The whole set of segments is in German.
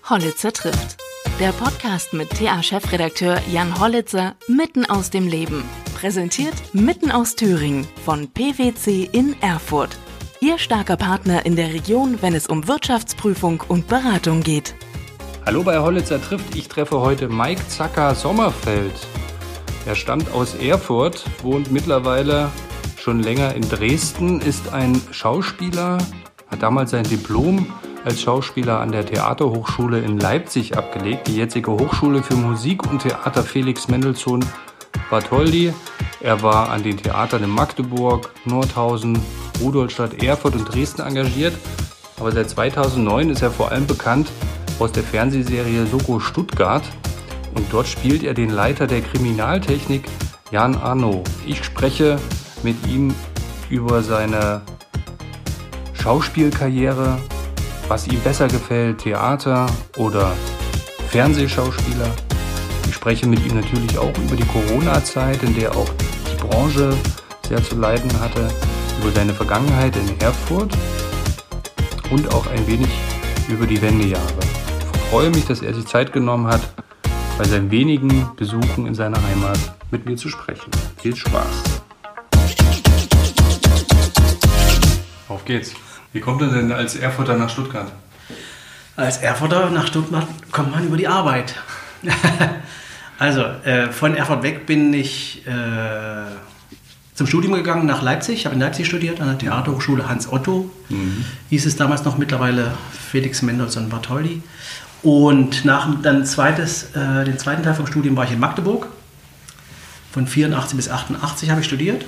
Hollitzer trifft. Der Podcast mit TA-Chefredakteur Jan Hollitzer mitten aus dem Leben. Präsentiert mitten aus Thüringen von PwC in Erfurt. Ihr starker Partner in der Region, wenn es um Wirtschaftsprüfung und Beratung geht. Hallo bei Hollitzer trifft. Ich treffe heute Mike Zacker-Sommerfeld. Er stammt aus Erfurt, wohnt mittlerweile schon länger in Dresden, ist ein Schauspieler, hat damals sein Diplom als Schauspieler an der Theaterhochschule in Leipzig abgelegt, die jetzige Hochschule für Musik und Theater Felix Mendelssohn Bartholdy. Er war an den Theatern in Magdeburg, Nordhausen, Rudolstadt, Erfurt und Dresden engagiert. Aber seit 2009 ist er vor allem bekannt aus der Fernsehserie Soko Stuttgart. Und dort spielt er den Leiter der Kriminaltechnik, Jan Arnaud. Ich spreche mit ihm über seine Schauspielkarriere, was ihm besser gefällt, Theater oder Fernsehschauspieler. Ich spreche mit ihm natürlich auch über die Corona-Zeit, in der auch die Branche sehr zu leiden hatte, über seine Vergangenheit in Erfurt und auch ein wenig über die Wendejahre. Ich freue mich, dass er sich Zeit genommen hat, bei seinen wenigen Besuchen in seiner Heimat mit mir zu sprechen. Viel Spaß! Auf geht's! Wie kommt er denn als Erfurter nach Stuttgart? Als Erfurter nach Stuttgart kommt man über die Arbeit. Also von Erfurt weg bin ich zum Studium gegangen nach Leipzig. Ich habe in Leipzig studiert, an der Theaterhochschule Hans Otto. Hieß es damals noch, mittlerweile Felix Mendelssohn Bartholdy. Und nach den zweiten Teil vom Studium war ich in Magdeburg. Von 84 bis 88 habe ich studiert.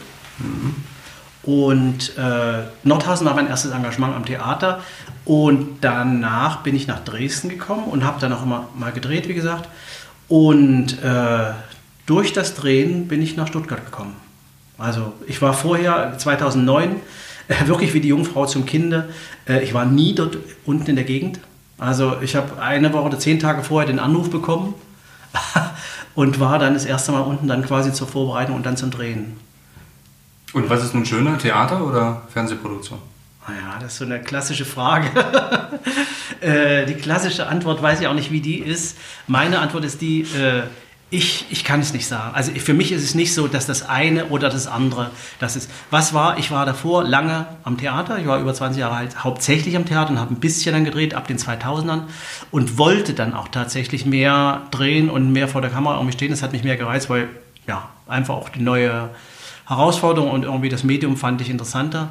Und Nordhausen war mein erstes Engagement am Theater. Und danach bin ich nach Dresden gekommen und habe dann auch immer mal gedreht, wie gesagt. Und durch das Drehen bin ich nach Stuttgart gekommen. Also ich war vorher, 2009, wirklich wie die Jungfrau zum Kinde. Ich war nie dort unten in der Gegend. Also ich habe eine Woche oder 10 Tage vorher den Anruf bekommen und war dann das erste Mal unten dann quasi zur Vorbereitung und dann zum Drehen. Und was ist nun schöner, Theater oder Fernsehproduktion? Naja, das ist so eine klassische Frage. Die klassische Antwort weiß ich auch nicht, wie die ist. Meine Antwort ist die, ich kann es nicht sagen. Also für mich ist es nicht so, dass das eine oder das andere das ist. Ich war davor lange am Theater. Ich war über 20 Jahre alt hauptsächlich am Theater und habe ein bisschen dann gedreht ab den 2000ern und wollte dann auch tatsächlich mehr drehen und mehr vor der Kamera irgendwie stehen. Das hat mich mehr gereizt, weil ja einfach auch die neue Herausforderung und irgendwie das Medium fand ich interessanter.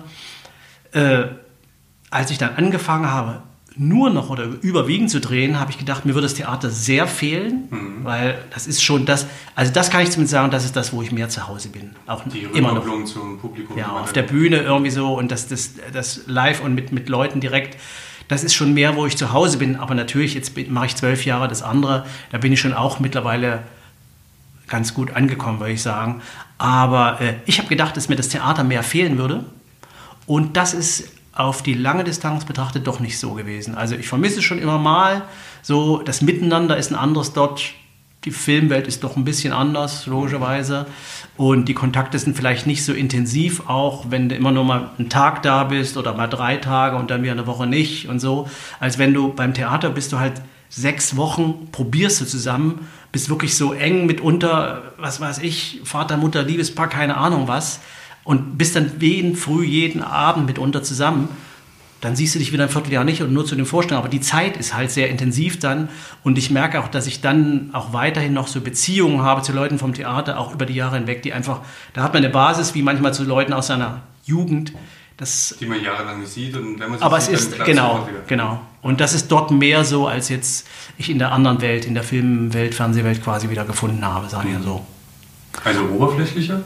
Als ich dann angefangen habe, nur noch oder überwiegend zu drehen, habe ich gedacht, mir würde das Theater sehr fehlen, weil das ist schon das, also das kann ich zumindest sagen, das ist das, wo ich mehr zu Hause bin. Auch die immer noch. Zum Publikum. Ja, auf der Bühne irgendwie so und das live und mit Leuten direkt, das ist schon mehr, wo ich zu Hause bin. Aber natürlich, jetzt mache ich 12 Jahre das andere, da bin ich schon auch mittlerweile ganz gut angekommen, würde ich sagen. Aber ich habe gedacht, dass mir das Theater mehr fehlen würde. Und das ist auf die lange Distanz betrachtet doch nicht so gewesen. Also ich vermisse es schon immer mal. So, das Miteinander ist ein anderes dort. Die Filmwelt ist doch ein bisschen anders, logischerweise. Und die Kontakte sind vielleicht nicht so intensiv, auch wenn du immer nur mal einen Tag da bist oder mal 3 Tage und dann wieder eine Woche nicht und so. Als wenn du beim Theater bist du halt 6 Wochen, probierst du zusammen, bist wirklich so eng mitunter, was weiß ich, Vater, Mutter, Liebespaar, keine Ahnung was, und bist dann jeden Abend mitunter zusammen, dann siehst du dich wieder ein Vierteljahr nicht und nur zu den Vorstellungen. Aber die Zeit ist halt sehr intensiv dann und ich merke auch, dass ich dann auch weiterhin noch so Beziehungen habe zu Leuten vom Theater, auch über die Jahre hinweg, die einfach, da hat man eine Basis, wie manchmal zu Leuten aus seiner Jugend, die man jahrelang nicht sieht und wenn man sie aber sieht, es ist, genau. Und das ist dort mehr so, als jetzt ich in der anderen Welt, in der Filmwelt, Fernsehwelt quasi wieder gefunden habe, sagen wir so. Also oberflächlicher?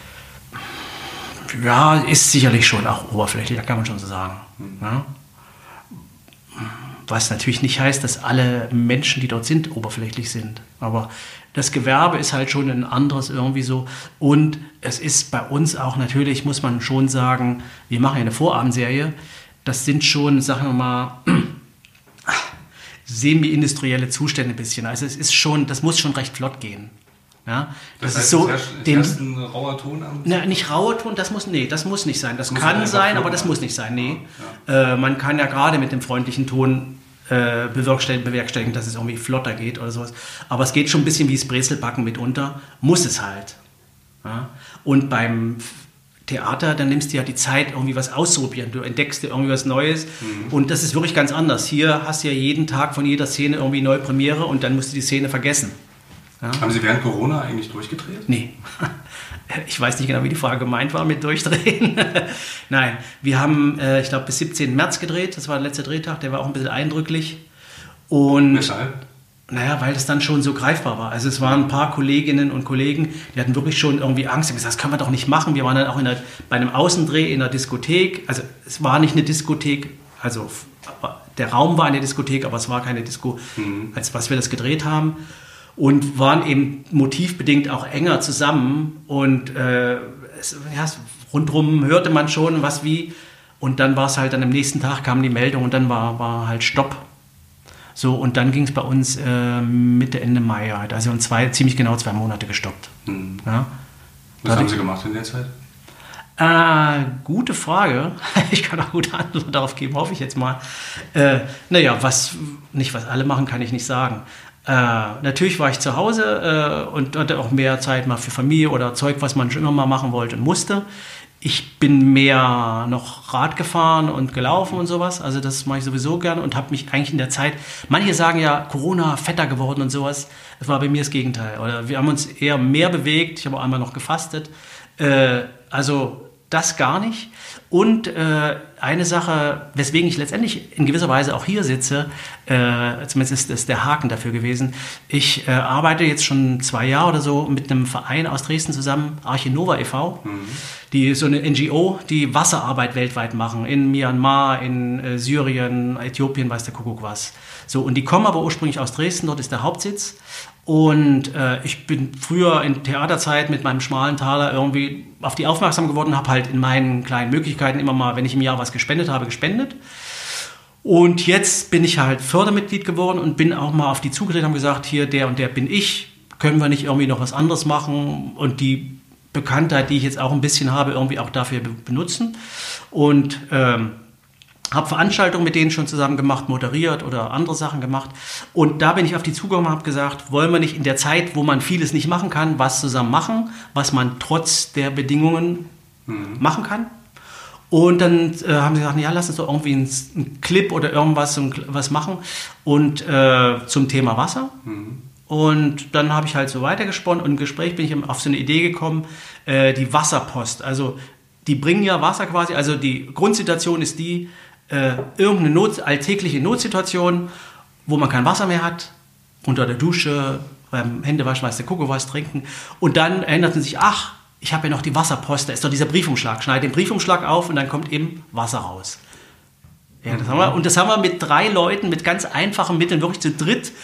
Ja, ist sicherlich schon auch oberflächlicher, kann man schon so sagen. Ja? Was natürlich nicht heißt, dass alle Menschen, die dort sind, oberflächlich sind. Aber das Gewerbe ist halt schon ein anderes irgendwie so. Und es ist bei uns auch natürlich, muss man schon sagen, wir machen ja eine Vorabendserie. Das sind schon, sagen wir mal, semi-industrielle Zustände ein bisschen. Also es ist schon, das muss schon recht flott gehen. Ja, das heißt, ist so, ein rauer Ton am nicht rauer Ton, das muss nicht sein. Das kann sein, aber das muss nicht sein. Nee. Ja. Man kann ja gerade mit dem freundlichen Ton bewerkstelligen, dass es irgendwie flotter geht oder sowas. Aber es geht schon ein bisschen wie das Brezelbacken mitunter. Muss es halt. Ja? Und beim Theater, dann nimmst du ja die Zeit, irgendwie was auszuprobieren. Du entdeckst dir irgendwie was Neues. Und das ist wirklich ganz anders. Hier hast du ja jeden Tag von jeder Szene irgendwie neue Premiere und dann musst du die Szene vergessen. Ja? Haben Sie während Corona eigentlich durchgedreht? Nee. Ich weiß nicht genau, wie die Frage gemeint war mit Durchdrehen. Nein, wir haben, ich glaube, bis 17. März gedreht. Das war der letzte Drehtag, der war auch ein bisschen eindrücklich. Und weshalb? Naja, weil das dann schon so greifbar war. Also es waren ein paar Kolleginnen und Kollegen, die hatten wirklich schon irgendwie Angst und gesagt, das können wir doch nicht machen. Wir waren dann auch bei einem Außendreh in einer Diskothek. Also es war nicht eine Diskothek, also der Raum war eine Diskothek, aber es war keine Disco, als was wir das gedreht haben. Und waren eben motivbedingt auch enger zusammen. Und rundherum hörte man schon was wie. Und dann war es halt, dann am nächsten Tag kam die Meldung und dann war halt Stopp. So, und dann ging es bei uns Mitte, Ende Mai halt. Also ziemlich genau 2 Monate gestoppt. Ja. Was haben Sie gemacht in der Zeit? Gute Frage. Ich kann auch gute Antworten darauf geben, hoffe ich jetzt mal. Was alle machen, kann ich nicht sagen. Natürlich war ich zu Hause und hatte auch mehr Zeit mal für Familie oder Zeug, was man schon immer mal machen wollte und musste. Ich bin mehr noch Rad gefahren und gelaufen und sowas. Also das mache ich sowieso gerne und habe mich eigentlich in der Zeit, manche sagen ja, Corona, fetter geworden und sowas. Das war bei mir das Gegenteil. Oder wir haben uns eher mehr bewegt. Ich habe auch einmal noch gefastet. Also das gar nicht. Und eine Sache, weswegen ich letztendlich in gewisser Weise auch hier sitze, zumindest ist das der Haken dafür gewesen. Ich arbeite jetzt schon 2 Jahre oder so mit einem Verein aus Dresden zusammen, Archinova e.V., die so eine NGO, die Wasserarbeit weltweit machen, in Myanmar, in Syrien, Äthiopien, weiß der Kuckuck was. So, und die kommen aber ursprünglich aus Dresden, dort ist der Hauptsitz. Und ich bin früher in Theaterzeit mit meinem schmalen Taler irgendwie auf die aufmerksam geworden, habe halt in meinen kleinen Möglichkeiten immer mal, wenn ich im Jahr was gespendet habe, gespendet. Und jetzt bin ich halt Fördermitglied geworden und bin auch mal auf die zugetreten und haben gesagt, hier, der und der bin ich, können wir nicht irgendwie noch was anderes machen und die Bekanntheit, die ich jetzt auch ein bisschen habe, irgendwie auch dafür benutzen. Und habe Veranstaltungen mit denen schon zusammen gemacht, moderiert oder andere Sachen gemacht. Und da bin ich auf die zugekommen und habe gesagt, wollen wir nicht in der Zeit, wo man vieles nicht machen kann, was zusammen machen, was man trotz der Bedingungen machen kann. Und dann haben sie gesagt, ja, lass uns doch irgendwie einen Clip oder irgendwas was machen und zum Thema Wasser. Und dann habe ich halt so weitergesponnen und im Gespräch bin ich auf so eine Idee gekommen, die Wasserpost. Also die bringen ja Wasser quasi, also die Grundsituation ist die, irgendeine alltägliche Notsituation, wo man kein Wasser mehr hat, unter der Dusche, beim Händewaschen, weiß der Kuckuck was trinken. Und dann erinnert man sich, ach, ich habe ja noch die Wasserpost, da ist doch dieser Briefumschlag. Schneid den Briefumschlag auf und dann kommt eben Wasser raus. Ja, das haben wir mit 3 Leuten, mit ganz einfachen Mitteln, wirklich zu dritt.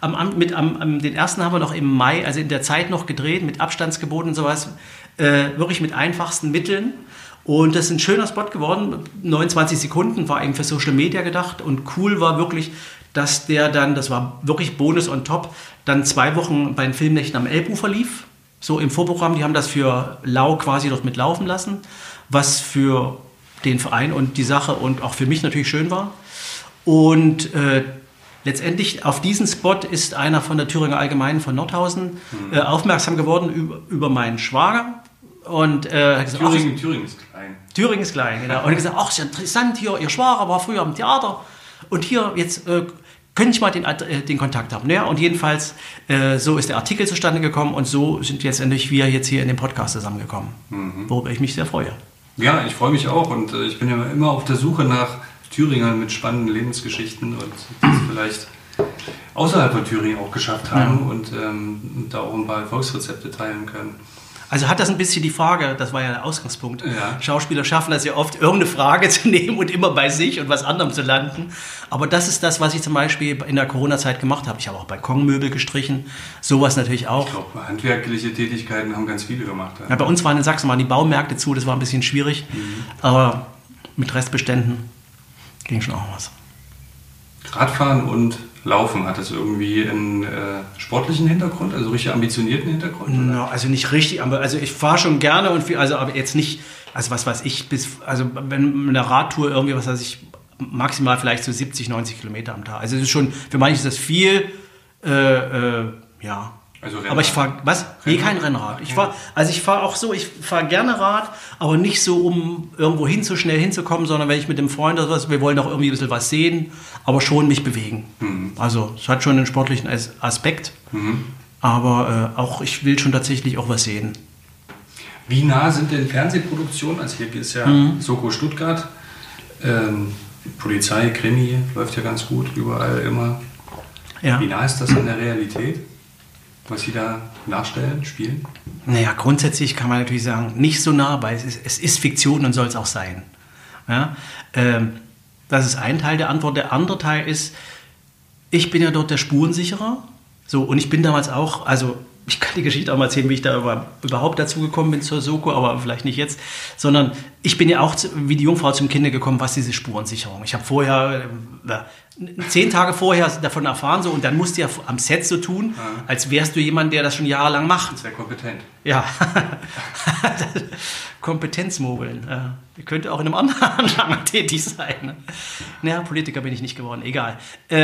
Den ersten haben wir noch im Mai, also in der Zeit noch gedreht, mit Abstandsgeboten und sowas, wirklich mit einfachsten Mitteln. Und das ist ein schöner Spot geworden, 29 Sekunden, war eben für Social Media gedacht und cool war wirklich, dass der dann, das war wirklich Bonus on top, dann 2 Wochen bei den Filmnächten am Elbufer lief, so im Vorprogramm, die haben das für Lau quasi dort mitlaufen lassen, was für den Verein und die Sache und auch für mich natürlich schön war. Und letztendlich auf diesen Spot ist einer von der Thüringer Allgemeinen von Nordhausen aufmerksam geworden über meinen Schwager. Und gesagt, Thüringen ist klein. Thüringen ist klein, genau. Und er gesagt, ach, ist ja interessant hier, Ihr Schwager war früher am Theater und hier, jetzt könnte ich mal den Kontakt haben. Ja, und jedenfalls, so ist der Artikel zustande gekommen und so sind letztendlich wir jetzt hier in dem Podcast zusammengekommen, worüber ich mich sehr freue. Ja, ich freue mich auch und ich bin ja immer auf der Suche nach Thüringern mit spannenden Lebensgeschichten und die es vielleicht außerhalb von Thüringen auch geschafft haben und da auch ein paar Erfolgsrezepte teilen können. Also hat das ein bisschen die Frage, das war ja der Ausgangspunkt, Schauspieler schaffen das ja oft, irgendeine Frage zu nehmen und immer bei sich und was anderem zu landen. Aber das ist das, was ich zum Beispiel in der Corona-Zeit gemacht habe. Ich habe auch Balkonmöbel gestrichen, sowas natürlich auch. Ich glaube, handwerkliche Tätigkeiten haben ganz viele gemacht. Ja, bei uns waren in Sachsen die Baumärkte zu, das war ein bisschen schwierig. Aber mit Restbeständen ging schon auch was. Radfahren und Laufen, hat das irgendwie einen sportlichen Hintergrund, also richtig ambitionierten Hintergrund? No, also nicht richtig, also ich fahre schon gerne und viel, also aber jetzt nicht, also was weiß ich, also wenn eine Radtour irgendwie, was weiß ich, maximal vielleicht so 70, 90 Kilometer am Tag. Also es ist schon, für manche ist das viel, ja. Also Rennrad. Aber ich fahre, was? Nee, kein Rennrad. Ich fahre auch so, ich fahre gerne Rad, aber nicht so, um irgendwo schnell hinzukommen, sondern wenn ich mit dem Freund oder was, wir wollen doch irgendwie ein bisschen was sehen, aber schon mich bewegen. Also es hat schon einen sportlichen Aspekt, aber auch ich will schon tatsächlich auch was sehen. Wie nah sind denn Fernsehproduktionen? Also hier ist ja Soko Stuttgart, Polizei, Krimi läuft ja ganz gut, überall immer. Ja. Wie nah ist das an der Realität? Was Sie da nachstellen, spielen? Naja, grundsätzlich kann man natürlich sagen, nicht so nah, weil es ist Fiktion und soll es auch sein. Ja? Das ist ein Teil der Antwort. Der andere Teil ist, ich bin ja dort der Spurensicherer. So, und ich bin damals auch, also ich kann die Geschichte auch mal erzählen, wie ich da überhaupt dazu gekommen bin zur Soko, aber vielleicht nicht jetzt, sondern ich bin ja auch wie die Jungfrau zum Kinde gekommen, was diese Spurensicherung. Ich habe vorher, 10 Tage vorher davon erfahren, so, und dann musst du ja am Set so tun, als wärst du jemand, der das schon jahrelang macht. Sehr kompetent. Ja, Kompetenzmogeln. Ihr könnt auch in einem anderen Genre tätig sein. Ne? Naja, Politiker bin ich nicht geworden, egal.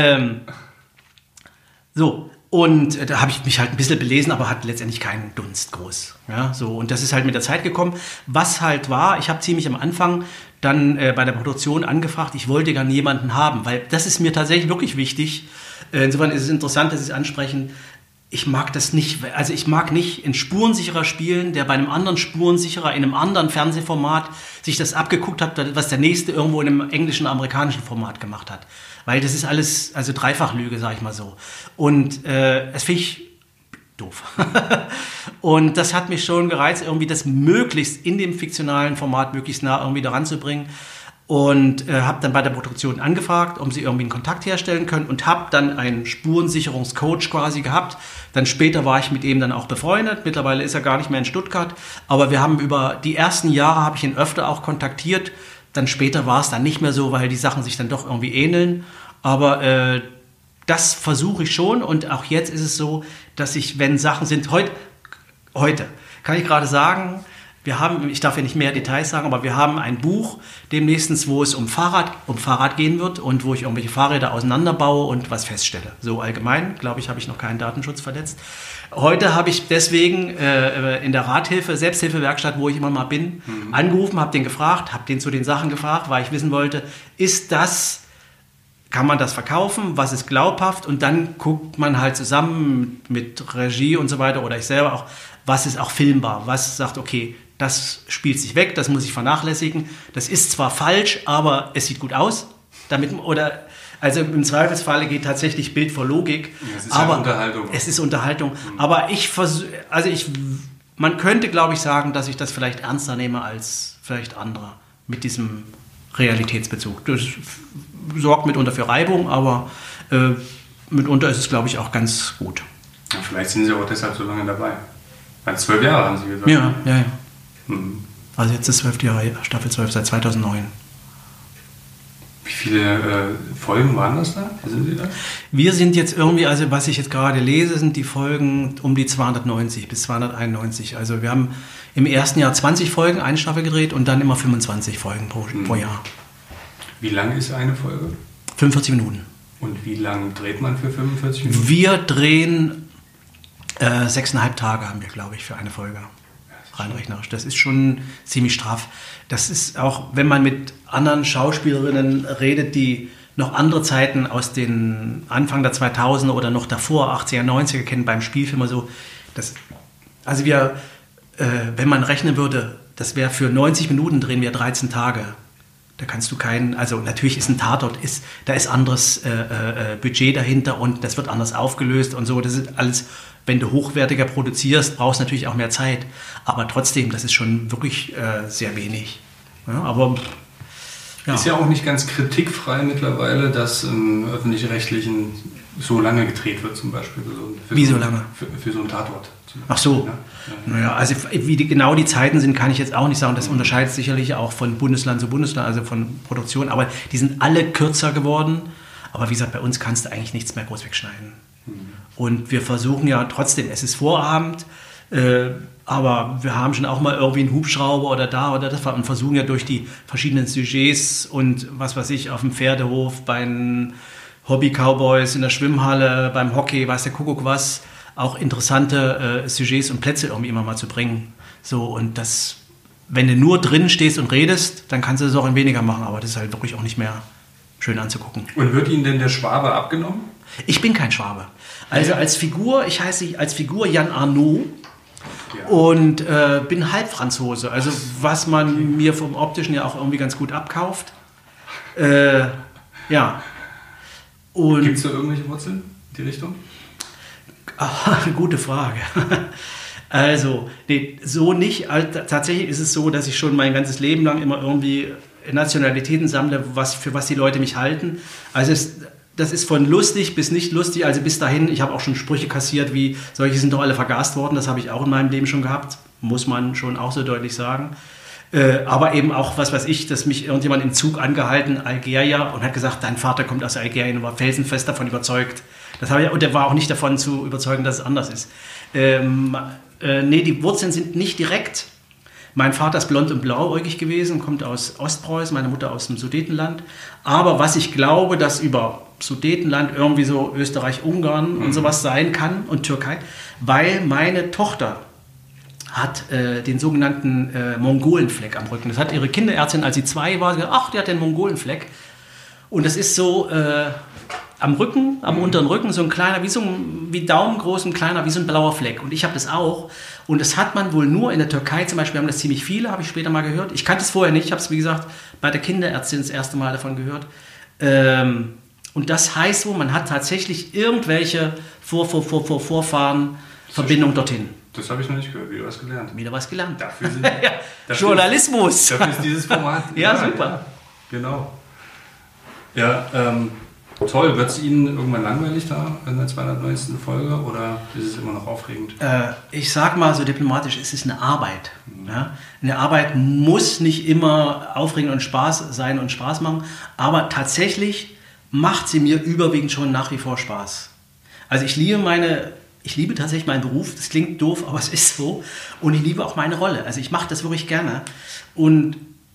So. Und da habe ich mich halt ein bisschen belesen, aber hat letztendlich keinen Dunst groß. Ja, so. Und das ist halt mit der Zeit gekommen. Was halt war, ich habe ziemlich am Anfang dann bei der Produktion angefragt, ich wollte gerne jemanden haben, weil das ist mir tatsächlich wirklich wichtig. Insofern ist es interessant, dass Sie es ansprechen. Ich mag das nicht, also ich mag nicht einen Spurensicherer spielen, der bei einem anderen Spurensicherer in einem anderen Fernsehformat sich das abgeguckt hat, was der nächste irgendwo in einem englischen, amerikanischen Format gemacht hat. Weil das ist alles, also Dreifachlüge, sag ich mal so. Und das finde ich doof. Und das hat mich schon gereizt, irgendwie das möglichst in dem fiktionalen Format möglichst nah irgendwie daran zu bringen. Und habe dann bei der Produktion angefragt, ob sie irgendwie einen Kontakt herstellen können, und habe dann einen Spurensicherungscoach quasi gehabt. Dann später war ich mit ihm dann auch befreundet. Mittlerweile ist er gar nicht mehr in Stuttgart. Aber wir haben über die ersten Jahre, habe ich ihn öfter auch kontaktiert. Dann später war es dann nicht mehr so, weil die Sachen sich dann doch irgendwie ähneln. Aber das versuche ich schon. Und auch jetzt ist es so, dass ich, wenn Sachen sind, heute kann ich gerade sagen, wir haben, ich darf ja nicht mehr Details sagen, aber wir haben ein Buch demnächst, wo es um Fahrrad gehen wird und wo ich irgendwelche Fahrräder auseinanderbaue und was feststelle. So allgemein, glaube ich, habe ich noch keinen Datenschutz verletzt. Heute habe ich deswegen in der Selbsthilfewerkstatt, wo ich immer mal bin, angerufen, habe den gefragt, habe den zu den Sachen gefragt, weil ich wissen wollte, kann man das verkaufen, was ist glaubhaft, und dann guckt man halt zusammen mit Regie und so weiter oder ich selber auch, was ist auch filmbar, was sagt, okay, das spielt sich weg, das muss ich vernachlässigen, das ist zwar falsch, aber es sieht gut aus, also im Zweifelsfalle geht tatsächlich Bild vor Logik, es ist aber ja Unterhaltung. Es ist Unterhaltung, aber man könnte, glaube ich, sagen, dass ich das vielleicht ernster nehme als vielleicht andere mit diesem Realitätsbezug. Das sorgt mitunter für Reibung, aber mitunter ist es, glaube ich, auch ganz gut. Ja, vielleicht sind Sie auch deshalb so lange dabei. Also 12 Jahre haben Sie gesagt. Ja. Also jetzt ist 12 Jahre, Staffel 12, seit 2009. Wie viele Folgen waren das da? Wie sind Sie da? Wir sind jetzt irgendwie, also was ich jetzt gerade lese, sind die Folgen um die 290 bis 291. Also wir haben im ersten Jahr 20 Folgen, eine Staffel gedreht, und dann immer 25 Folgen pro Jahr. Wie lang ist eine Folge? 45 Minuten. Und wie lang dreht man für 45 Minuten? Wir drehen 6,5 Tage haben wir, glaube ich, für eine Folge. Rein rechnerisch. Das ist schon ziemlich straff. Das ist auch, wenn man mit anderen Schauspielerinnen redet, die noch andere Zeiten aus den Anfang der 2000er oder noch davor, 80er, 90er kennen, beim Spielfilm oder so. Also wenn man rechnen würde, das wäre für 90 Minuten drehen wir 13 Tage. Da kannst du also natürlich ist ein Tatort, da ist anderes Budget dahinter und das wird anders aufgelöst und so. Das ist alles, wenn du hochwertiger produzierst, brauchst du natürlich auch mehr Zeit. Aber trotzdem, das ist schon wirklich sehr wenig. Ja, aber ja. Ist ja auch nicht ganz kritikfrei mittlerweile, dass im Öffentlich-Rechtlichen so lange gedreht wird, zum Beispiel. Wie so lange? Für so einen Tatort. Ach so. Ja. Naja, also wie genau die Zeiten sind, kann ich jetzt auch nicht sagen. Das unterscheidet sicherlich auch von Bundesland zu Bundesland, also von Produktion. Aber die sind alle kürzer geworden. Aber wie gesagt, bei uns kannst du eigentlich nichts mehr groß wegschneiden. Und wir versuchen ja trotzdem, es ist Vorabend, Aber wir haben schon auch mal irgendwie einen Hubschrauber oder da oder das und versuchen ja durch die verschiedenen Sujets und was weiß ich, auf dem Pferdehof, bei den Hobby-Cowboys, in der Schwimmhalle, beim Hockey, weiß der Kuckuck was, auch interessante Sujets und Plätze irgendwie immer mal zu bringen. So, und das, wenn du nur drin stehst und redest, dann kannst du das auch in weniger machen, aber das ist halt wirklich auch nicht mehr schön anzugucken. Und wird Ihnen denn der Schwabe abgenommen? Ich bin kein Schwabe. Also als Figur, ich heiße als Figur Jan Arnaud. Ja. Und bin Halbfranzose, also was man mir vom Optischen ja auch irgendwie ganz gut abkauft. Ja. Gibt es da irgendwelche Wurzeln in die Richtung? Eine gute Frage. Also, nee, so nicht. Tatsächlich ist es so, dass ich schon mein ganzes Leben lang immer irgendwie Nationalitäten sammle, für was die Leute mich halten. Also das ist von lustig bis nicht lustig, also bis dahin, ich habe auch schon Sprüche kassiert, wie solche sind doch alle vergast worden, das habe ich auch in meinem Leben schon gehabt, muss man schon auch so deutlich sagen. Aber eben auch, was weiß ich, dass mich irgendjemand im Zug angehalten, Algerier, und hat gesagt, dein Vater kommt aus Algerien und war felsenfest davon überzeugt. Und der war auch nicht davon zu überzeugen, dass es anders ist. Nee, die Wurzeln sind nicht direkt. Mein Vater ist blond und blauäugig gewesen, kommt aus Ostpreußen, meine Mutter aus dem Sudetenland. Aber was ich glaube, dass über Sudetenland irgendwie so Österreich, Ungarn und sowas sein kann und Türkei, weil meine Tochter hat den sogenannten Mongolenfleck am Rücken. Das hat ihre Kinderärztin, als sie 2 war, gesagt, ach, die hat den Mongolenfleck. Und das ist so am Rücken, am unteren Rücken, so ein kleiner, wie daumengroß, ein kleiner, wie so ein blauer Fleck. Und ich habe das auch. Und das hat man wohl nur in der Türkei zum Beispiel, haben das ziemlich viele, habe ich später mal gehört. Ich kannte es vorher nicht, ich habe es, wie gesagt, bei der Kinderärztin das erste Mal davon gehört. Und das heißt so, man hat tatsächlich irgendwelche Vorfahren, Verbindung dorthin. Das habe ich noch nicht gehört, wieder was gelernt. Wieder was gelernt. Dafür Journalismus. Dafür ist dieses Format. Ja, super. Ja, genau. Ja, toll. Wird es Ihnen irgendwann langweilig da in der 290. Folge oder ist es immer noch aufregend? Ich sag mal so diplomatisch, es ist eine Arbeit. Ja? Eine Arbeit muss nicht immer aufregend und Spaß sein und Spaß machen, aber tatsächlich macht sie mir überwiegend schon nach wie vor Spaß. Also ich liebe tatsächlich meinen Beruf, das klingt doof, aber es ist so. Und ich liebe auch meine Rolle. Also ich mache das wirklich gerne. Und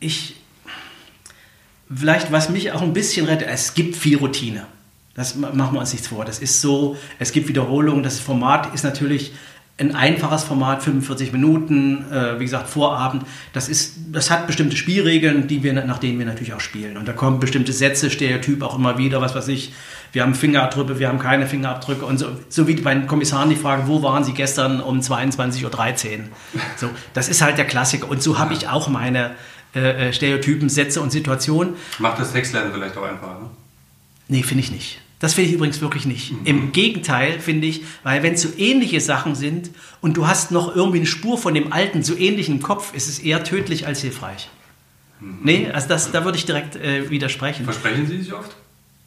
vielleicht, was mich auch ein bisschen rettet, es gibt viel Routine. Das machen wir uns nichts vor. Das ist so, es gibt Wiederholungen. Das Format ist natürlich ein einfaches Format, 45 Minuten, wie gesagt, Vorabend. Das hat bestimmte Spielregeln, nach denen wir natürlich auch spielen. Und da kommen bestimmte Sätze, Stereotyp auch immer wieder, was weiß ich. Wir haben Fingerabdrücke, wir haben keine Fingerabdrücke. Und so wie bei den Kommissaren die Frage, wo waren Sie gestern um 22.13 Uhr? So, das ist halt der Klassiker. Und so habe ich auch meine Stereotypen, Sätze und Situationen. Macht das Textlernen vielleicht auch einfacher, ne? Nee, finde ich nicht. Das finde ich übrigens wirklich nicht. Im Gegenteil, finde ich, weil wenn es so ähnliche Sachen sind und du hast noch irgendwie eine Spur von dem Alten so ähnlich im Kopf, ist es eher tödlich als hilfreich. Nee, also da würde ich direkt widersprechen. Versprechen Sie sich oft?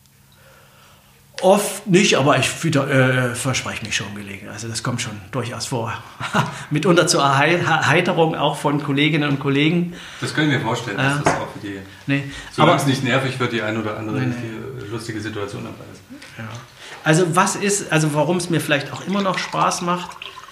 Oft nicht, aber ich verspreche mich schon gelegen. Also das kommt schon durchaus vor. Mitunter zur Erheiterung auch von Kolleginnen und Kollegen. Das können wir mir vorstellen, dass das auch für die... Nee, solange es nicht nervig wird, die eine oder andere lustige Situation dabei ist. Ja. Also warum es mir vielleicht auch immer noch Spaß macht,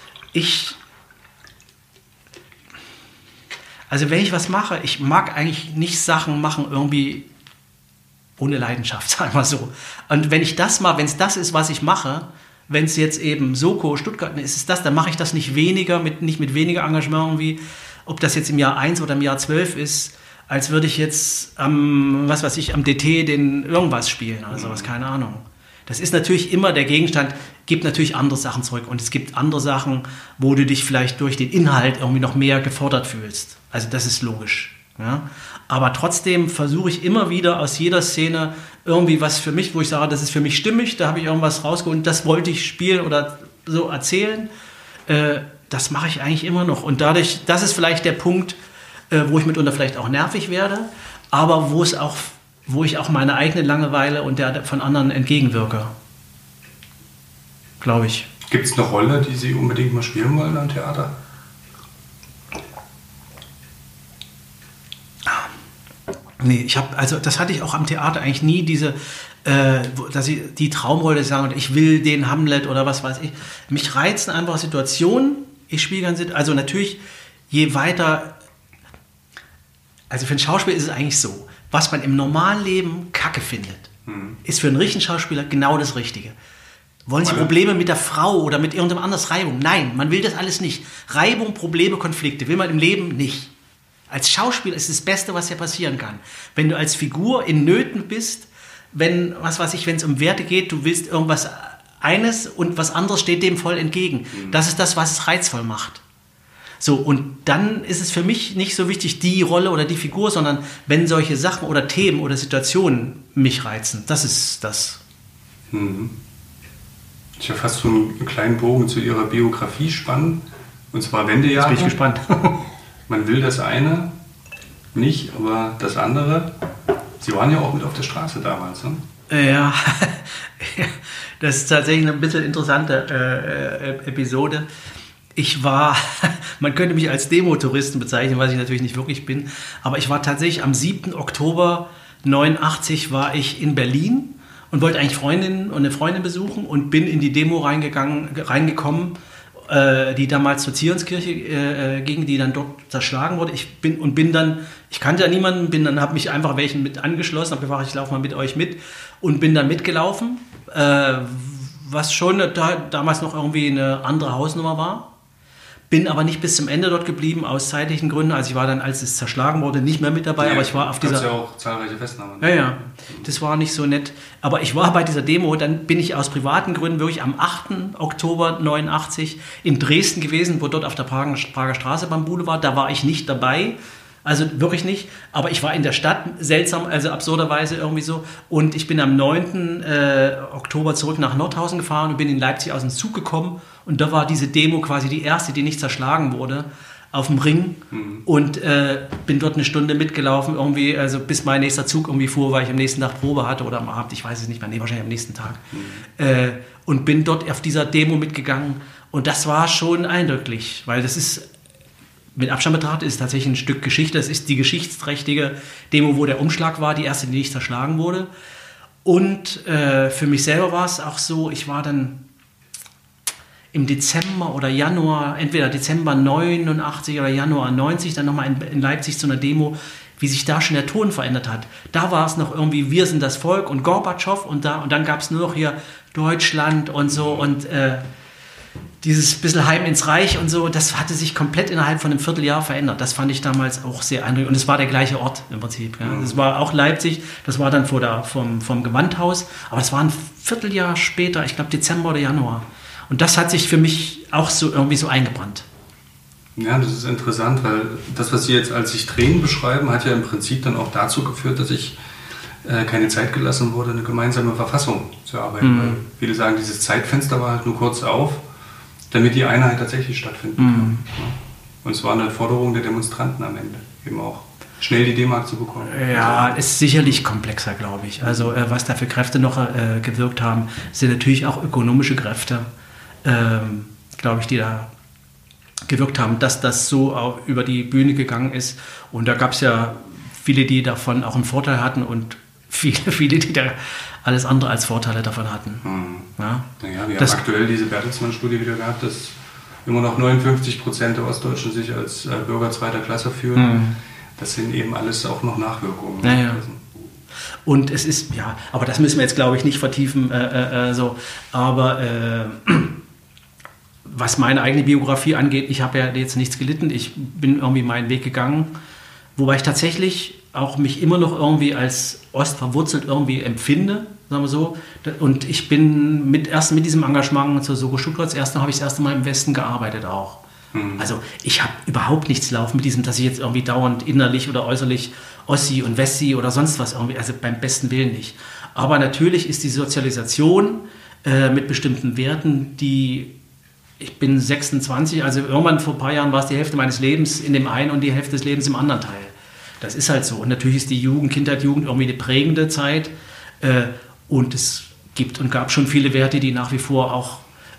wenn ich was mache, ich mag eigentlich nicht Sachen machen irgendwie ohne Leidenschaft, sagen wir so. Und wenn es das ist, was ich mache, wenn es jetzt eben Soko, Stuttgart ist, ist das, dann mache ich das nicht mit weniger Engagement irgendwie, ob das jetzt im Jahr 1 oder im Jahr 12 ist, als würde ich jetzt am DT den irgendwas spielen oder sowas, keine Ahnung. Das ist natürlich immer der Gegenstand, gibt natürlich andere Sachen zurück und es gibt andere Sachen, wo du dich vielleicht durch den Inhalt irgendwie noch mehr gefordert fühlst. Also das ist logisch. Ja? Aber trotzdem versuche ich immer wieder aus jeder Szene irgendwie was für mich, wo ich sage, das ist für mich stimmig, da habe ich irgendwas rausgeholt, das wollte ich spielen oder so erzählen. Das mache ich eigentlich immer noch. Und dadurch, das ist vielleicht der Punkt, wo ich mitunter vielleicht auch nervig werde, aber wo ich auch meine eigene Langeweile und der von anderen entgegenwirke. Glaube ich. Gibt es eine Rolle, die Sie unbedingt mal spielen wollen am Theater? Nee, das hatte ich auch am Theater eigentlich nie, dass ich die Traumrolle sagen, ich will den Hamlet oder was weiß ich. Mich reizen einfach Situationen, ich spiele ganz, also natürlich, je weiter, also für einen Schauspieler ist es eigentlich so, was man im normalen Leben Kacke findet, ist für einen richtigen Schauspieler genau das Richtige. Wollen Sie Probleme mit der Frau oder mit irgendjemand anders Reibung? Nein, man will das alles nicht. Reibung, Probleme, Konflikte will man im Leben nicht. Als Schauspieler ist das Beste, was dir passieren kann. Wenn du als Figur in Nöten bist, wenn, was weiß ich, wenn es um Werte geht, du willst irgendwas eines und was anderes steht dem voll entgegen. Das ist das, was es reizvoll macht. So, und dann ist es für mich nicht so wichtig, die Rolle oder die Figur, sondern wenn solche Sachen oder Themen oder Situationen mich reizen. Das ist das. Ich habe fast so einen kleinen Bogen zu Ihrer Biografie spannen. Und zwar Wendejahre. Jetzt bin ich gespannt. Man will das eine nicht, aber das andere. Sie waren ja auch mit auf der Straße damals, ne? Ja, das ist tatsächlich eine bisschen interessante Episode. Ich war, man könnte mich als Demo-Touristen bezeichnen, was ich natürlich nicht wirklich bin, aber ich war tatsächlich am 7. Oktober 89 war ich in Berlin und wollte eigentlich Freundinnen und eine Freundin besuchen und bin in die Demo reingekommen, die damals zur Zionskirche ging, die dann dort zerschlagen wurde. Ich kannte ja niemanden, habe mich einfach welchen mit angeschlossen, habe gefragt, ich laufe mal mit euch mit und bin dann mitgelaufen, was schon damals noch irgendwie eine andere Hausnummer war. Bin aber nicht bis zum Ende dort geblieben, aus zeitlichen Gründen. Also ich war dann, als es zerschlagen wurde, nicht mehr mit dabei, aber ich war auf dieser... ja auch zahlreiche Festnahmen. Ja, das war nicht so nett. Aber ich war bei dieser Demo, dann bin ich aus privaten Gründen wirklich am 8. Oktober 89 in Dresden gewesen, wo dort auf der Prager Straße beim Boulevard, da war ich nicht dabei, also wirklich nicht, aber ich war in der Stadt, seltsam, also absurderweise irgendwie so, und ich bin am 9. Oktober zurück nach Nordhausen gefahren und bin in Leipzig aus dem Zug gekommen und da war diese Demo quasi die erste, die nicht zerschlagen wurde, auf dem Ring und bin dort eine Stunde mitgelaufen, irgendwie, also bis mein nächster Zug irgendwie fuhr, weil ich am nächsten Tag Probe hatte oder am Abend, ich weiß es nicht mehr, nee, wahrscheinlich am nächsten Tag und bin dort auf dieser Demo mitgegangen und das war schon eindrücklich, weil das ist mit Abstand betrachtet ist es tatsächlich ein Stück Geschichte. Es ist die geschichtsträchtige Demo, wo der Umschlag war, die erste, die nicht zerschlagen wurde. Und für mich selber war es auch so, ich war dann im Dezember oder Januar, entweder Dezember 89 oder Januar 90, dann nochmal in Leipzig zu einer Demo, wie sich da schon der Ton verändert hat. Da war es noch irgendwie, wir sind das Volk und Gorbatschow und dann gab es nur noch hier Deutschland und so und dieses bisschen Heim ins Reich und so, das hatte sich komplett innerhalb von einem Vierteljahr verändert. Das fand ich damals auch sehr eindrücklich. Und es war der gleiche Ort im Prinzip. Ja. Das war auch Leipzig, das war dann vom Gewandhaus, aber es war ein Vierteljahr später, ich glaube Dezember oder Januar. Und das hat sich für mich auch so irgendwie so eingebrannt. Ja, das ist interessant, weil das, was Sie jetzt als sich Tränen beschreiben, hat ja im Prinzip dann auch dazu geführt, dass ich keine Zeit gelassen wurde, eine gemeinsame Verfassung zu erarbeiten. Weil viele sagen, dieses Zeitfenster war halt nur kurz auf, damit die Einheit tatsächlich stattfinden kann. Und es war eine Forderung der Demonstranten am Ende, eben auch schnell die D-Mark zu bekommen. Ja, ist sicherlich komplexer, glaube ich. Also was da für Kräfte noch gewirkt haben, sind natürlich auch ökonomische Kräfte, glaube ich, die da gewirkt haben, dass das so auch über die Bühne gegangen ist. Und da gab es ja viele, die davon auch einen Vorteil hatten und viele, die da alles andere als Vorteile davon hatten. Ja? Naja, wir haben aktuell diese Bertelsmann-Studie wieder gehabt, dass immer noch 59% der Ostdeutschen sich als Bürger zweiter Klasse fühlen. Das sind eben alles auch noch Nachwirkungen. Ja. Und es ist, ja, aber das müssen wir jetzt, glaube ich, nicht vertiefen. Aber was meine eigene Biografie angeht, ich habe ja jetzt nichts gelitten. Ich bin irgendwie meinen Weg gegangen, wobei ich tatsächlich auch mich immer noch irgendwie als ostverwurzelt irgendwie empfinde, sagen wir so. Und ich bin erst mit diesem Engagement zur Soko Stuttgart, habe ich das erste Mal im Westen gearbeitet auch. Also ich habe überhaupt nichts laufen mit diesem, dass ich jetzt irgendwie dauernd innerlich oder äußerlich Ossi und Wessi oder sonst was irgendwie, also beim besten Willen nicht. Aber natürlich ist die Sozialisation mit bestimmten Werten, ich bin 26, also irgendwann vor ein paar Jahren war es die Hälfte meines Lebens in dem einen und die Hälfte des Lebens im anderen Teil. Das ist halt so. Und natürlich ist die Kindheit, Jugend irgendwie eine prägende Zeit. Und es gibt und gab schon viele Werte, die nach wie vor auch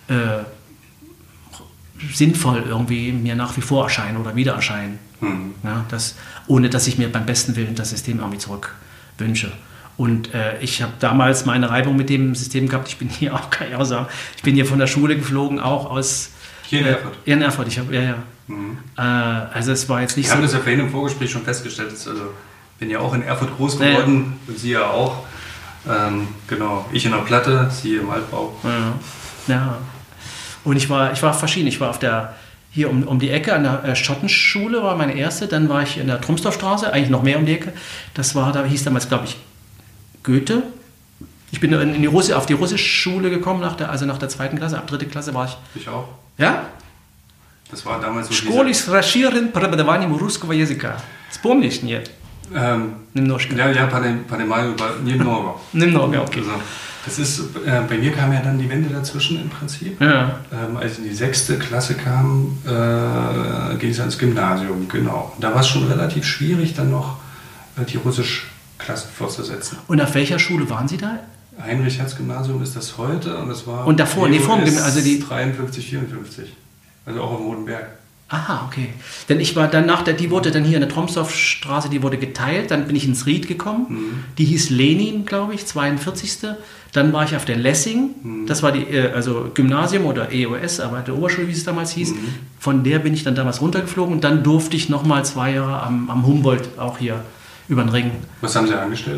sinnvoll irgendwie mir nach wie vor erscheinen oder wieder erscheinen. Ja, ohne dass ich mir beim besten Willen das System irgendwie zurückwünsche. Und ich habe damals meine Reibung mit dem System gehabt. Ich bin hier auch, kann ich auch sagen, ich bin hier von der Schule geflogen, auch aus Hier in Erfurt? In Erfurt, ja. Mhm. Also es war jetzt nicht so... Wir haben das ja vorhin im Vorgespräch schon festgestellt, bin ja auch in Erfurt groß geworden und Sie ja auch. Genau, ich in der Platte, Sie im Altbau. Ja. Und ich war verschieden. Ich war hier um die Ecke an der Schottenschule, war meine erste. Dann war ich in der Trumsdorfstraße, eigentlich noch mehr um die Ecke. Da hieß damals, glaube ich, Goethe. Ich bin auf die Russischschule gekommen, nach der 2. Klasse. Ab 3. Klasse war ich. Ich auch. Ja? Das war damals so Школе с расширенным преподаванием русского языка. Вспомнишь, нет? Немножко. Ja, немного. Немного, okay. Also, das ist, bei mir kam ja dann die Wende dazwischen im Prinzip. Ja. Als ich in die 6. Klasse kam, ging es ans Gymnasium, genau. Da war es schon relativ schwierig, dann noch die Russisch-Klasse fortzusetzen. Und auf welcher Schule waren Sie da? Heinrich-Hertz-Gymnasium ist das heute und das war... Und davor, vor dem also die 53, 54. Also auch auf dem Rotenberg. Aha, okay. Denn ich war dann die wurde dann hier in der Tromsdorfstraße, die wurde geteilt, dann bin ich ins Ried gekommen. Mhm. Die hieß Lenin, glaube ich, 42. Dann war ich auf der Lessing, das war also Gymnasium oder EOS, aber der Oberschule, wie es damals hieß. Mhm. Von der bin ich dann damals runtergeflogen und dann durfte ich nochmal 2 Jahre am Humboldt auch hier über den Ring. Was haben Sie angestellt?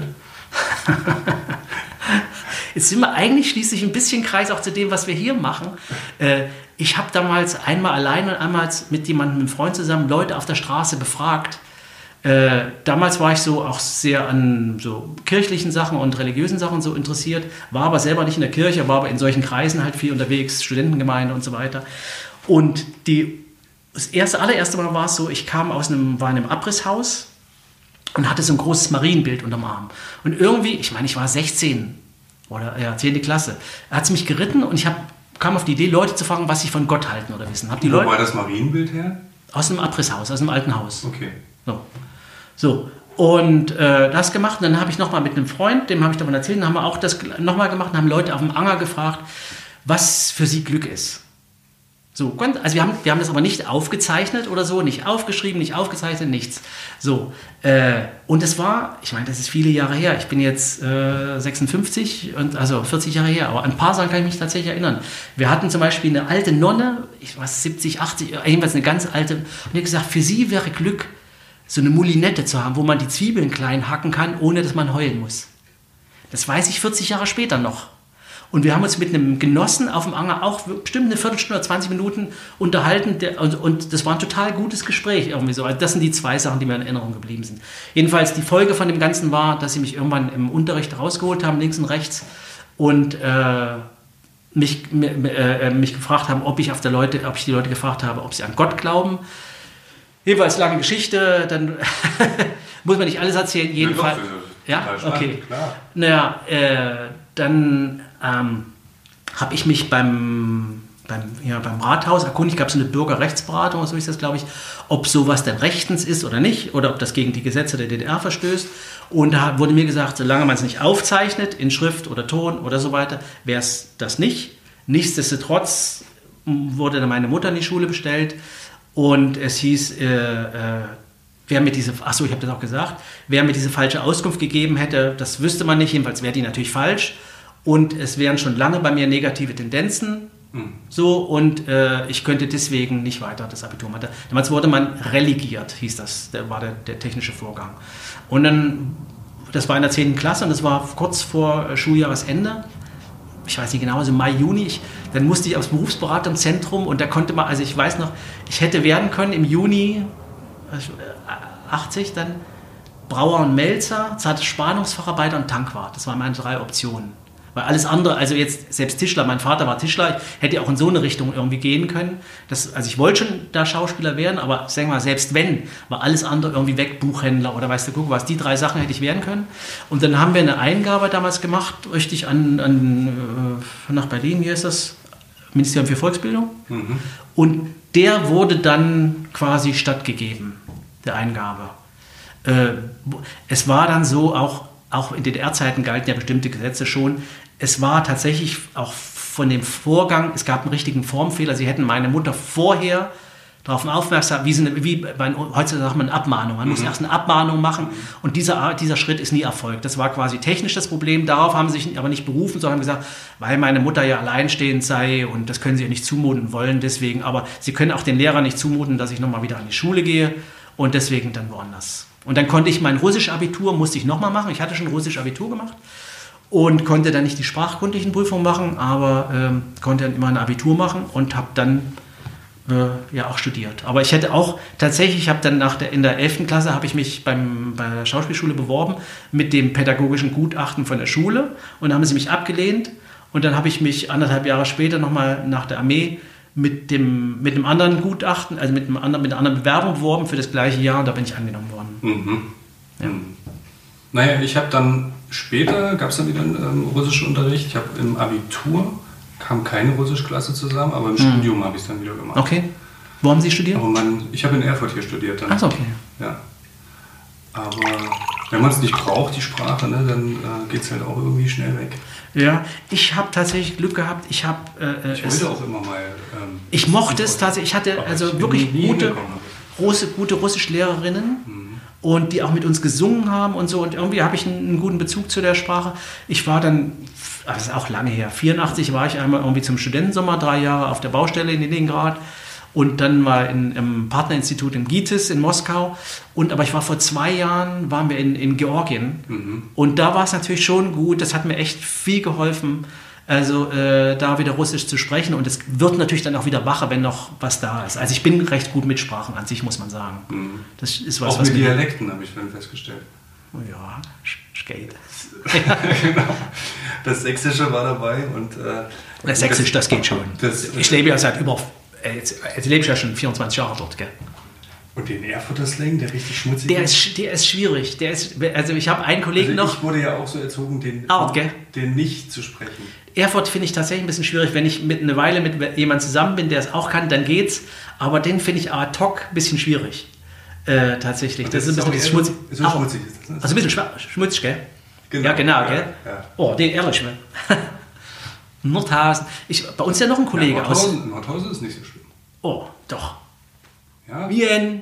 Jetzt sind wir eigentlich schließlich ein bisschen Kreis auch zu dem, was wir hier machen. Ich habe damals einmal allein und einmal mit jemandem, einem Freund zusammen, Leute auf der Straße befragt. Damals war ich so auch sehr an so kirchlichen Sachen und religiösen Sachen so interessiert, war aber selber nicht in der Kirche, war aber in solchen Kreisen halt viel unterwegs, Studentengemeinde und so weiter. Und das allererste Mal war es so, ich war in einem Abrisshaus und hatte so ein großes Marienbild unterm Arm. Und irgendwie, ich war 16 oder 10. Klasse, hat es mich geritten und ich kam auf die Idee, Leute zu fragen, was sie von Gott halten oder wissen. Wo war das Marienbild her? Aus einem Abrisshaus, aus einem alten Haus. Okay. So. Und das gemacht. Und dann habe ich nochmal mit einem Freund, dem habe ich davon erzählt, dann haben wir auch das nochmal gemacht und haben Leute auf dem Anger gefragt, was für sie Glück ist. So, also wir haben das aber nicht aufgezeichnet oder so, nicht aufgeschrieben, nicht aufgezeichnet, nichts. So, und es war, das ist viele Jahre her, ich bin jetzt 56, also 40 Jahre her, aber an ein paar Sachen kann ich mich tatsächlich erinnern. Wir hatten zum Beispiel eine alte Nonne, 70, 80, jedenfalls eine ganz alte, und die hat gesagt, für sie wäre Glück, so eine Moulinette zu haben, wo man die Zwiebeln klein hacken kann, ohne dass man heulen muss. Das weiß ich 40 Jahre später noch. Und wir haben uns mit einem Genossen auf dem Anger auch bestimmt eine Viertelstunde oder 20 Minuten unterhalten und das war ein total gutes Gespräch irgendwie so. Also das sind die 2 Sachen, die mir in Erinnerung geblieben sind. Jedenfalls die Folge von dem Ganzen war, dass sie mich irgendwann im Unterricht rausgeholt haben, links und rechts, und mich gefragt haben, ob ich die Leute gefragt habe, ob sie an Gott glauben. Jedenfalls lange Geschichte, dann muss man nicht alles erzählen, jedenfalls. Ja, okay. Klar. Naja, dann habe ich mich beim Rathaus erkundigt, gab es eine Bürgerrechtsberatung, so ist das, glaube ich, ob sowas denn rechtens ist oder nicht, oder ob das gegen die Gesetze der DDR verstößt. Und da wurde mir gesagt, solange man es nicht aufzeichnet, in Schrift oder Ton oder so weiter, wäre es das nicht. Nichtsdestotrotz wurde dann meine Mutter in die Schule bestellt und es hieß, wer mir diese falsche Auskunft gegeben hätte, das wüsste man nicht, jedenfalls wäre die natürlich falsch. Und es wären schon lange bei mir negative Tendenzen, so, und ich könnte deswegen nicht weiter das Abitur machen. Damals wurde man religiert, hieß das, war der technische Vorgang. Und dann, das war in der 10. Klasse und das war kurz vor Schuljahresende, ich weiß nicht genau, also Mai, Juni, dann musste ich aufs Berufsberatungszentrum und da konnte man, also ich weiß noch, ich hätte werden können im Juni 80 dann Brauer und Melzer, Spannungsfacharbeiter und Tankwart. Das waren meine 3 Optionen. Weil alles andere, also jetzt selbst Tischler, mein Vater war Tischler, ich hätte auch in so eine Richtung irgendwie gehen können. Also ich wollte schon da Schauspieler werden, aber sag mal, selbst wenn, war alles andere irgendwie weg, Buchhändler oder weißt du, guck was, die 3 Sachen hätte ich werden können. Und dann haben wir eine Eingabe damals gemacht, richtig nach Berlin, wie heißt das? Ministerium für Volksbildung. Mhm. Und der wurde dann quasi stattgegeben, der Eingabe. Es war dann so, auch in DDR-Zeiten galten ja bestimmte Gesetze schon, es war tatsächlich auch von dem Vorgang, es gab einen richtigen Formfehler, sie hätten meine Mutter vorher darauf aufmerksam, heutzutage sagt man Abmahnung. Man muss erst eine Abmahnung machen und dieser Schritt ist nie erfolgt. Das war quasi technisch das Problem. Darauf haben sie sich aber nicht berufen, sondern gesagt, weil meine Mutter ja alleinstehend sei und das können sie ihr nicht zumuten wollen, deswegen. Aber sie können auch den Lehrern nicht zumuten, dass ich nochmal wieder an die Schule gehe und deswegen dann woanders. Und dann konnte ich mein Russisch-Abitur, musste ich nochmal machen. Ich hatte schon Russisch-Abitur gemacht. Und konnte dann nicht die sprachkundlichen Prüfungen machen, aber konnte dann immer ein Abitur machen und habe dann auch studiert. Aber ich hätte auch tatsächlich, ich habe dann in der 11. Klasse habe ich mich bei der Schauspielschule beworben mit dem pädagogischen Gutachten von der Schule und dann haben sie mich abgelehnt und dann habe ich mich 1,5 Jahre später nochmal nach der Armee mit einem anderen Gutachten, also mit einer anderen Bewerbung beworben für das gleiche Jahr und da bin ich angenommen worden. Mhm. Ja. Naja, ich habe dann später, gab es dann wieder einen russischen Unterricht. Ich habe im Abitur, kam keine Russischklasse zusammen, aber im Studium habe ich es dann wieder gemacht. Okay. Wo haben Sie studiert? Aber ich habe in Erfurt hier studiert dann. Ach so, okay. Ja. Aber wenn man es nicht braucht, die Sprache, ne, dann geht es halt auch irgendwie schnell weg. Ja, ich habe tatsächlich Glück gehabt. Ich wollte auch immer mal... ich mochte es tatsächlich. Ich hatte also wirklich gute Russischlehrerinnen. Und die auch mit uns gesungen haben und so. Und irgendwie habe ich einen guten Bezug zu der Sprache. Ich war dann, das ist auch lange her, 1984 war ich einmal irgendwie zum Studentensommer 3 Jahre auf der Baustelle in Leningrad. Und dann war im Partnerinstitut in Gitis in Moskau. Aber ich war vor 2 Jahren, waren wir in Georgien. Mhm. Und da war es natürlich schon gut. Das hat mir echt viel geholfen. Also da wieder Russisch zu sprechen und es wird natürlich dann auch wieder wacher, wenn noch was da ist. Also ich bin recht gut mit Sprachen an sich, muss man sagen. Mhm. Das ist was, auch mit Dialekten habe ich dann festgestellt. Oh ja, geht. Genau. Das Sächsische war dabei und... das Sächsisch, das geht schon. Ich lebe ja seit jetzt lebe ich ja schon 24 Jahre dort, gell? Und den Erfurter Slang, der richtig schmutzig ist? Der ist schwierig. Also ich habe einen Kollegen noch... Ich wurde ja auch so erzogen, den nicht zu sprechen. Erfurt finde ich tatsächlich ein bisschen schwierig. Wenn ich eine Weile mit jemandem zusammen bin, der es auch kann, dann geht's. Aber den finde ich ad hoc ein bisschen schwierig. Tatsächlich. Das ist ein bisschen schmutzig. So schmutzig ist das, ne? Also ein bisschen schmutzig, gell? Genau. Ja, genau, gell? Ja. Oh, den ehrlich, ne? Nordhausen. Bei uns ist ja noch ein Kollege aus... Nordhausen ist nicht so schlimm. Oh, doch. Ja. Wien,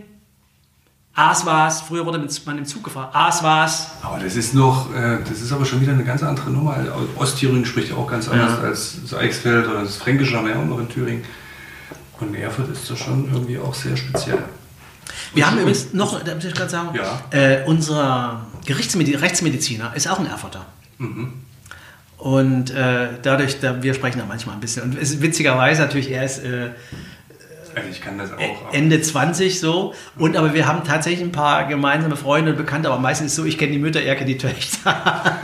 Aswas, früher wurde man im Zug gefahren, Aswas. Aber das ist aber schon wieder eine ganz andere Nummer. Ostthüringen spricht ja auch ganz anders als so Eichsfeld oder das Fränkische haben wir ja auch noch in Thüringen. Und Erfurt ist das schon irgendwie auch sehr speziell. Wir haben übrigens noch, da muss ich gerade sagen, unser Rechtsmediziner ist auch ein Erfurter. Mhm. Und wir sprechen da manchmal ein bisschen. Und es ist witzigerweise natürlich, er ist... Also ich kann das auch. Ende 20 so. Aber wir haben tatsächlich ein paar gemeinsame Freunde und Bekannte, aber meistens ist es so, ich kenne die Mütter, er kennt die Töchter.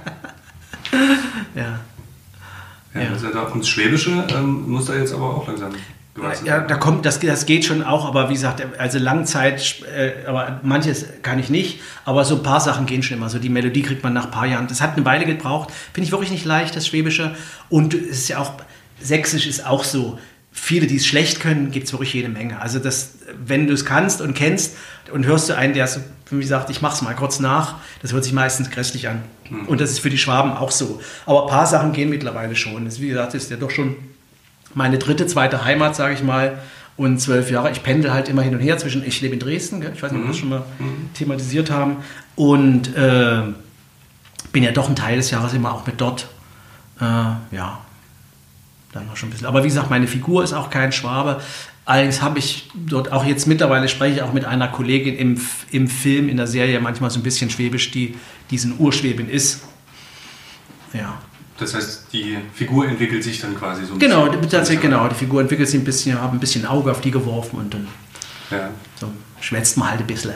Ja. Also und das Schwäbische muss da jetzt aber auch langsam gewachsen werden. Ja, das geht schon auch, aber wie gesagt, also Langzeit, aber manches kann ich nicht, aber so ein paar Sachen gehen schon immer. So die Melodie kriegt man nach ein paar Jahren. Das hat eine Weile gebraucht. Finde ich wirklich nicht leicht, das Schwäbische. Und es ist ja auch, Sächsisch ist auch so. Viele, die es schlecht können, gibt es wirklich jede Menge. Also wenn du es kannst und kennst und hörst du einen, der so, wie sagt, ich mach's mal kurz nach, das hört sich meistens grässlich an. Mhm. Und das ist für die Schwaben auch so. Aber ein paar Sachen gehen mittlerweile schon. Das, wie gesagt, ist ja doch schon meine zweite Heimat, sage ich mal. Und 12 Jahre. Ich pendel halt immer hin und her ich lebe in Dresden, gell? Ich weiß nicht, ob wir das schon mal thematisiert haben. Und bin ja doch einen Teil des Jahres immer auch mit dort. Dann noch schon ein bisschen. Aber wie gesagt, meine Figur ist auch kein Schwabe. Allerdings habe ich dort auch jetzt mittlerweile spreche ich auch mit einer Kollegin im Film, in der Serie manchmal so ein bisschen Schwäbisch, die diesen Urschwäbin ist. Ja. Das heißt, die Figur entwickelt sich dann quasi so ein bisschen? Genau, die Figur entwickelt sich ein bisschen, habe ein bisschen Auge auf die geworfen und dann so schwätzt man halt ein bisschen.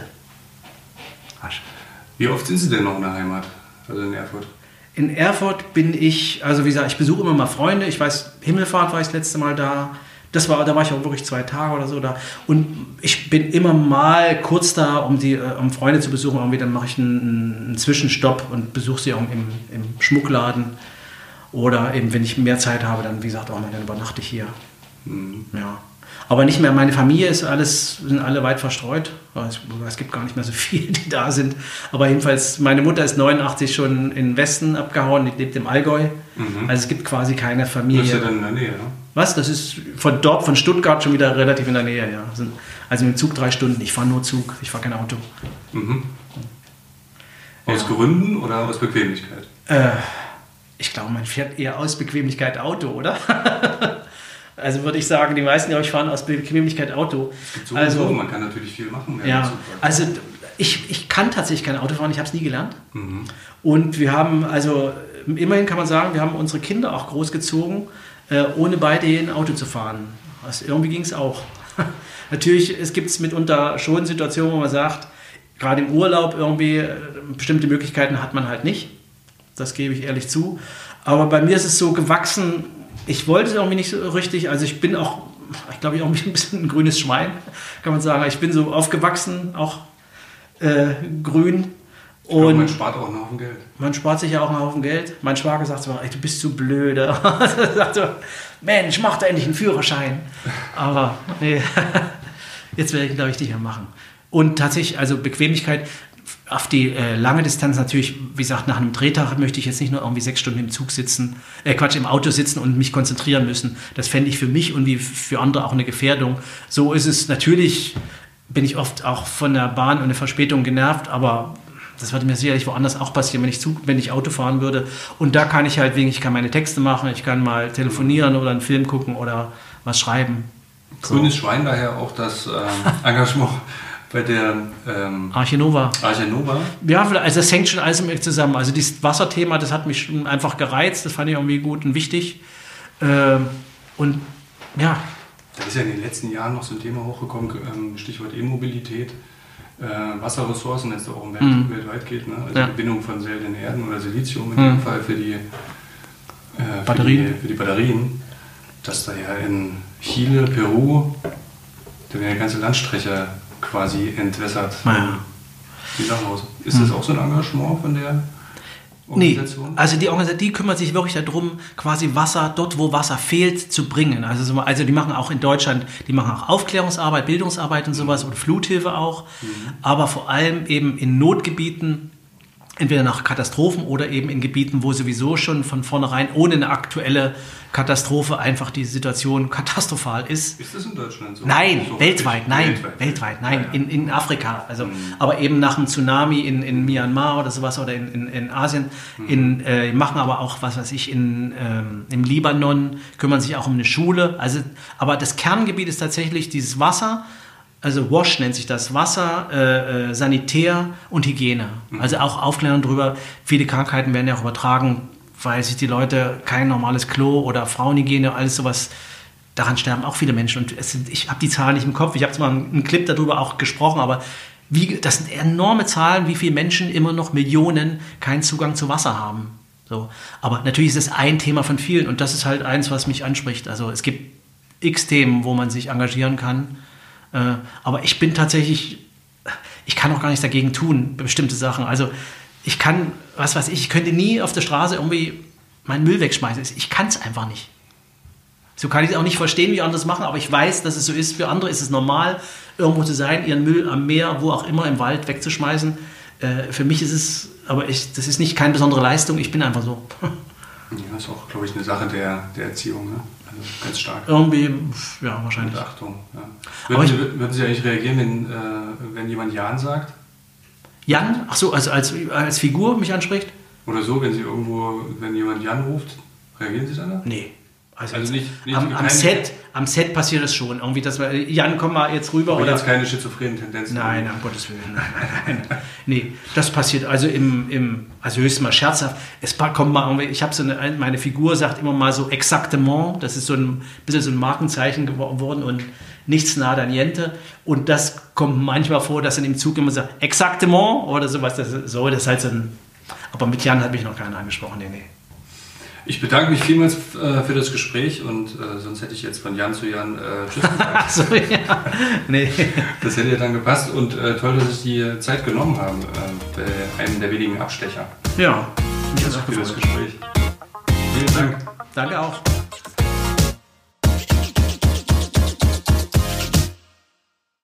Wie oft sind Sie denn noch in der Heimat, also in Erfurt? In Erfurt bin ich, also wie gesagt, ich besuche immer mal Freunde. Ich weiß, Himmelfahrt war ich das letzte Mal da. Da war ich auch wirklich 2 Tage oder so da. Und ich bin immer mal kurz da, um Freunde zu besuchen. Irgendwie dann mache ich einen Zwischenstopp und besuche sie auch im Schmuckladen. Oder eben, wenn ich mehr Zeit habe, dann, wie gesagt, dann übernachte ich hier. Mhm. Ja. Aber nicht mehr, meine Familie sind alle weit verstreut. Es gibt gar nicht mehr so viele, die da sind. Aber jedenfalls, meine Mutter ist 89 schon in den Westen abgehauen, die lebt im Allgäu. Also es gibt quasi keine Familie. Das ist ja dann in der Nähe, ne? Was? Das ist von Stuttgart schon wieder relativ in der Nähe, ja. Also mit dem Zug 3 Stunden. Ich fahre nur Zug, ich fahre kein Auto. Aus Gründen oder aus Bequemlichkeit? Ich glaube, man fährt eher aus Bequemlichkeit Auto, oder? Also würde ich sagen, die meisten, glaube ich, fahren aus Bequemlichkeit Auto. Es gibt so, man kann natürlich viel machen. Ja, also ich kann tatsächlich kein Auto fahren, ich habe es nie gelernt. Und wir haben, also immerhin kann man sagen, wir haben unsere Kinder auch großgezogen, ohne beide ein Auto zu fahren. Also irgendwie ging es auch. Natürlich, es gibt mitunter schon Situationen, wo man sagt, gerade im Urlaub irgendwie, bestimmte Möglichkeiten hat man halt nicht. Das gebe ich ehrlich zu. Aber bei mir ist es so gewachsen, ich wollte es irgendwie nicht so richtig, also ich bin auch, ich glaube, auch ein bisschen ein grünes Schwein, kann man sagen. Ich bin so aufgewachsen, auch grün. Und man spart auch einen Haufen Geld. Man spart sich ja auch einen Haufen Geld. Mein Schwager sagt so, ey, du bist zu blöde. Er sagt so, Mensch, mach da endlich einen Führerschein. Aber nee, jetzt werde ich, glaube ich, nicht mehr machen. Und tatsächlich, also Bequemlichkeit auf die lange Distanz natürlich, wie gesagt, nach einem Drehtag möchte ich jetzt nicht nur irgendwie 6 Stunden im Zug sitzen, im Auto sitzen und mich konzentrieren müssen. Das fände ich für mich und wie für andere auch eine Gefährdung. So ist es natürlich, bin ich oft auch von der Bahn und der Verspätung genervt, aber das würde mir sicherlich woanders auch passieren, wenn ich Auto fahren würde. Und da kann ich halt ich kann meine Texte machen, ich kann mal telefonieren oder einen Film gucken oder was schreiben. Grünes Schwein daher auch das Engagement bei der Arche Nova. Ja, also das hängt schon alles mit zusammen. Also dieses Wasserthema, das hat mich schon einfach gereizt, das fand ich irgendwie gut und wichtig. Und ja. Da ist ja in den letzten Jahren noch so ein Thema hochgekommen, Stichwort E-Mobilität, Wasserressourcen, wenn es da auch weltweit geht, ne? Also Gewinnung von seltenen Erden oder Silizium in dem Fall für die Batterien, dass da ja in Chile, Peru, da werden ja ganze Landstriche quasi entwässert. Ja. Die Sachen aus. Ist das auch so ein Engagement von der Organisation? Nee, also die Organisation, die kümmert sich wirklich darum, quasi Wasser, dort wo Wasser fehlt, zu bringen. Also die machen auch in Deutschland, die machen auch Aufklärungsarbeit, Bildungsarbeit und sowas und Fluthilfe auch. Aber vor allem eben in Notgebieten, entweder nach Katastrophen oder eben in Gebieten, wo sowieso schon von vornherein ohne eine aktuelle Katastrophe einfach die Situation katastrophal ist. Ist das in Deutschland so? Nein, so weltweit, nein. In Afrika. Also, aber eben nach einem Tsunami in Myanmar oder sowas oder in Asien. Machen aber auch, was weiß ich, im Libanon, kümmern sich auch um eine Schule. Also, aber das Kerngebiet ist tatsächlich dieses Wasser. Also WASH nennt sich das, Wasser, Sanitär und Hygiene. Also auch Aufklärung darüber, viele Krankheiten werden ja auch übertragen, weil sich die Leute kein normales Klo oder Frauenhygiene, alles sowas, daran sterben auch viele Menschen. Und ich habe die Zahlen nicht im Kopf, ich habe zwar einen Clip darüber auch gesprochen, aber das sind enorme Zahlen, wie viele Menschen immer noch Millionen keinen Zugang zu Wasser haben. So. Aber natürlich ist es ein Thema von vielen und das ist halt eins, was mich anspricht. Also es gibt x Themen, wo man sich engagieren kann. Aber ich bin tatsächlich, ich kann auch gar nichts dagegen tun, bestimmte Sachen. Also ich kann, ich könnte nie auf der Straße irgendwie meinen Müll wegschmeißen. Ich kann es einfach nicht. So kann ich es auch nicht verstehen, wie andere es machen, aber ich weiß, dass es so ist. Für andere ist es normal, irgendwo zu sein, ihren Müll am Meer, wo auch immer, im Wald wegzuschmeißen. Für mich ist es, das ist keine besondere Leistung, ich bin einfach so. Ja, das ist auch, glaube ich, eine Sache der Erziehung, ne? Also ganz stark. Irgendwie, ja, wahrscheinlich. Mit Achtung, ja. Würden Sie eigentlich reagieren, wenn jemand Jan sagt? Jan? Ach so, also als Figur mich anspricht? Oder so, wenn jemand Jan ruft, reagieren Sie dann? Nee. Also nicht am Set passiert es schon. Irgendwie, dass wir, Jan, komm mal jetzt rüber. Aber oder jetzt keine schizophrenen Tendenzen. Nein, um Gottes Willen. Nein. Nee, das passiert also also höchstens mal scherzhaft. Es kommt mal irgendwie, ich habe meine Figur sagt immer mal so exactement, das ist so ein bisschen so ein Markenzeichen geworden und nichts nada niente. Und das kommt manchmal vor, dass in dem Zug immer sagt, exactement oder sowas. Das ist halt so ein, aber mit Jan habe ich noch keinen angesprochen, nee. Ich bedanke mich vielmals für das Gespräch und sonst hätte ich jetzt von Jan zu Jan Tschüss gesagt. So, ja. Nee. Das hätte ja dann gepasst und toll, dass ich die Zeit genommen habe, bei einem der wenigen Abstecher. Ja, mich hat es auch gefreut. Für das Gespräch. Vielen Dank. Danke auch.